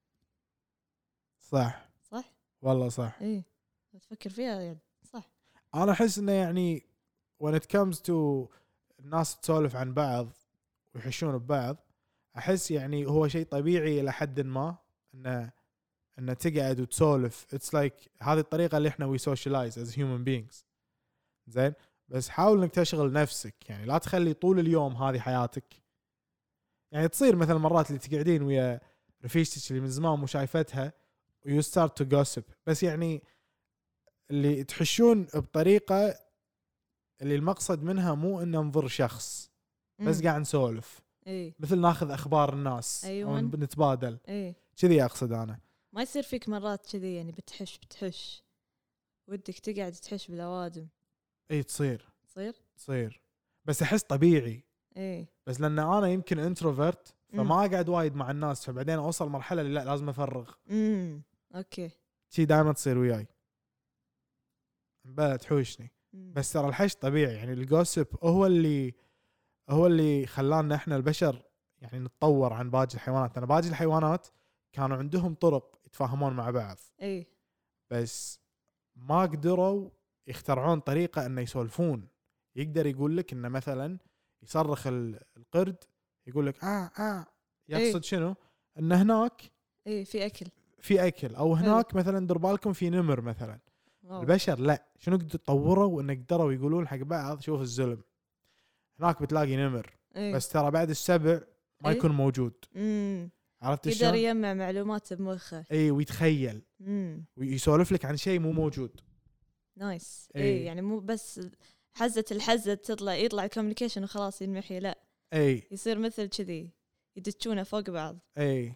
صح صح. والله صح. ايه تفكر فيها يعني. صح. انا احس انه يعني when it comes to الناس تسولف عن بعض ويحشون ببعض، احس يعني هو شيء طبيعي الى حد ما انه انه تقعد وتسولف. it's like هذه الطريقه اللي احنا we socialize as human beings. زين، بس حاول انك تشغل نفسك، يعني لا تخلي طول اليوم هذه حياتك. يعني تصير مثلا مرات اللي تقعدين ويا رفيجتك اللي من زمان مو شايفتها و you start to gossip، بس يعني اللي تحشون بطريقه اللي المقصد منها مو ان ننظر شخص، بس مم. قاعد نسولف ايه مثل ناخذ اخبار الناس أيوة. او نتبادل ايه كذي. اقصد انا ما يصير فيك مرات كذي يعني بتحش بتحش ودك تقعد تحش بالاوادم. اي تصير تصير تصير بس احس طبيعي، ايه بس لان انا يمكن انتروفيرت مم. فما اقعد وايد مع الناس، فبعدين اوصل مرحله اللي لا لازم افرغ. امم اوكي. شي دائما تصير وياي بلا تحوشني. مم. بس ترى الحش طبيعي، يعني الجوسب هو اللي هو اللي خلانا احنا البشر يعني نتطور عن باقي الحيوانات. لان باقي الحيوانات كانوا عندهم طرق يتفاهمون مع بعض، ايه بس ما قدروا يخترعون طريقة انه يسولفون. يقدر يقول لك انه مثلا يصرخ ال- القرد يقول لك اه اه يقصد إيه. شنو؟ ان هناك ايه في اكل. في اكل، او هناك مثلا دير بالكم في نمر مثلا. واو. البشر لا، شنو قد تطوروا ان قدروا يقولون حق بعض شوف الزلم هناك بتلاقي نمر، إيه. بس ترى بعد السبع ما إيه. يكون موجود. امم عرفت يقدر شلون؟ يجمع معلومات بمخه. اي ويتخيل امم ويسولف لك عن شيء مو موجود. نايس. إيه. ايه يعني مو بس حزة الحزة تطلع يطلع الكوميونيكيشن وخلاص ينمحي، لا اي يصير مثل كذي يدشونه فوق بعض. اي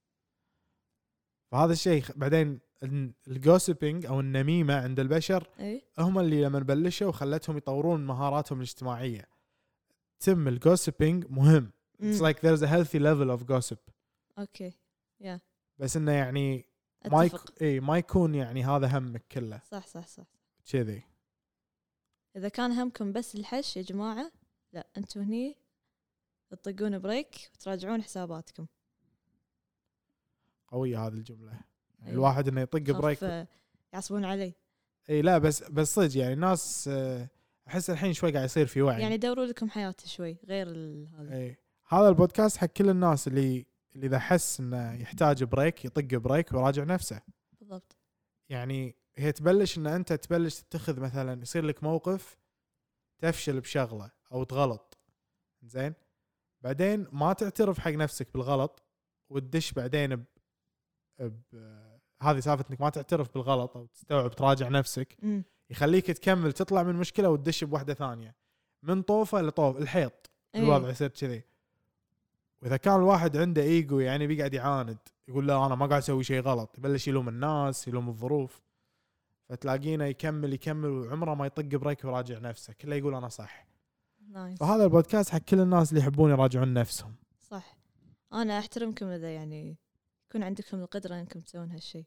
فهذا الشيء خ- بعدين الجوسبينج او النميمه عند البشر ايه هم اللي لما بلشوا وخلتهم يطورون مهاراتهم الاجتماعيه. تم الجوسبينج مهم. It's مم. like there's a healthy level of gossip. اوكي يا بس انه يعني ما يك... اتفق. اي ما يكون يعني هذا همك كله صح صح صح. كذي. اذا كان همكم بس الحش يا جماعة، لا انتوا هني تطقون بريك وتراجعون حساباتكم. قويه هذه الجمله. يعني إيه. الواحد انه يطق خاف، بريك. آه، يعصبون علي. اي لا بس بس صدق يعني الناس آه، احس الحين شوي قاعد يصير في وعي. يعني دوروا لكم حياة شوي غير ال- هذا. اي هذا البودكاست حق كل الناس اللي اللي اذا حس انه يحتاج بريك يطق بريك ويراجع نفسه. بالضبط. يعني هي تبلش ان انت تبلش تتخذ مثلا يصير لك موقف تفشل بشغله او تغلط، زين، بعدين ما تعترف حق نفسك بالغلط وتدش بعدين ب... ب... هذه سالفه انك ما تعترف بالغلط او تستوعب تراجع نفسك، امم يخليك تكمل تطلع من مشكله وتدش بواحده ثانيه من طوفه لطوف الحيط. إيه. الوضع يصير كذي. واذا كان الواحد عنده ايجو يعني بيقعد يعاند يقول لا انا ما قاعد اسوي شيء غلط، يبلش يلوم الناس يلوم الظروف، فتلاقينه يكمل يكمل وعمره ما يطق بريك ويراجع نفسه، كله يقول انا صح. نايس. فهذا البودكاست حق كل الناس اللي يحبون يراجعون نفسهم. صح. انا احترمكم اذا يعني يكون عندكم القدرة انكم تسوون هالشيء.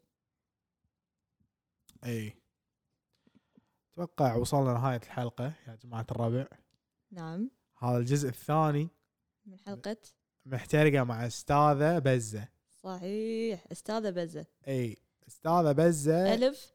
اي اتوقع وصلنا لنهايه الحلقه يا جماعه الربع. نعم. هذا الجزء الثاني من حلقة محترقه مع استاذه بزه. صحيح استاذة بزة. اي استاذه بزه. ألف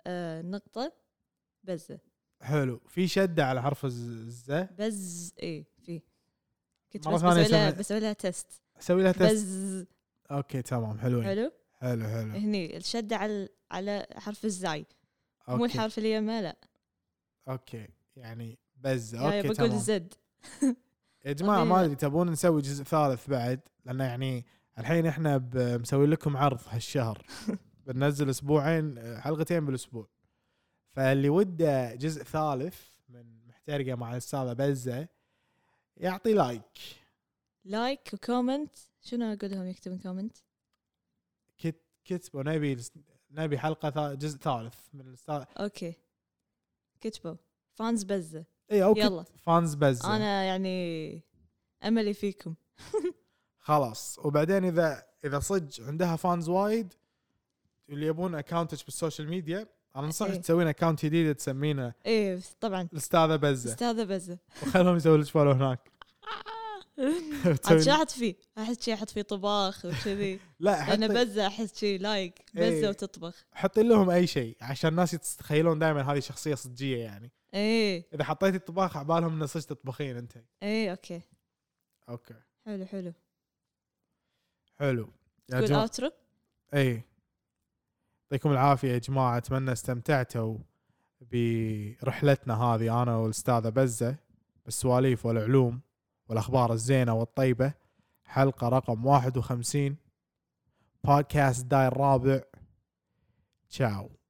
آه نقطة بزة. حلو. في شدة على حرف الزة. بز ايه في كنت مرة بس ثانية بسوي لها سمع- بسوي لها تيست. سوي لها تست. بز اوكي تمام حلوين. حلو. حلو حلو. هني الشدة على على حرف الزاي، مو اوكي الحرف اللي يمه لا. اوكي يعني بز. يعني اوكي بقول تمام. الزد. يا جماعة أبينا- ما ادري تبون نسوي جزء ثالث بعد، لأن يعني الحين احنا ب- مسوي لكم عرض هالشهر بننزل اسبوعين حلقتين بالاسبوع، فاللي وده جزء ثالث من محترقة مع الأستاذة بزة يعطي لايك. لايك وكومنت. شنو اقول لهم يكتبون كومنت؟ كت كتبوا نبي نبي حلقة ثا- جزء ثالث من الأستاذ. اوكي كتبوا فانز بزة. اي او يلا. كت فانز بزة. انا يعني املي فيكم. خلاص. وبعدين اذا اذا صج عندها فانز وايد اللي يبون اكاونتك بالسوشيال ميديا، انا انصحك إيه. تسوين اكاونت جديد تسمينه ايه طبعا الاستاذة بزة، استاذة بزة. وخلهم يسوي لك فولو هناك. عاد شو احط فيه؟ احس شي احط فيه طباخ وكذي. لا انا حط بزة احس شي لايك بزة إيه. وتطبخ. حط لهم اي شيء عشان الناس يتخيلون دائما هذه شخصية صجية. يعني ايه اذا حطيت الطباخ عبالهم انه صج تطبخين انت. ايه اوكي اوكي حلو حلو. حلو يا تقول جماعة. اوترو. اي يعطيكم العافية يا جماعة، اتمنى استمتعتوا برحلتنا هذه انا والاستاذة بزة بالسواليف والعلوم والاخبار الزينة والطيبة. حلقة رقم واحد وخمسين بودكاست داير الرابع. تشاو.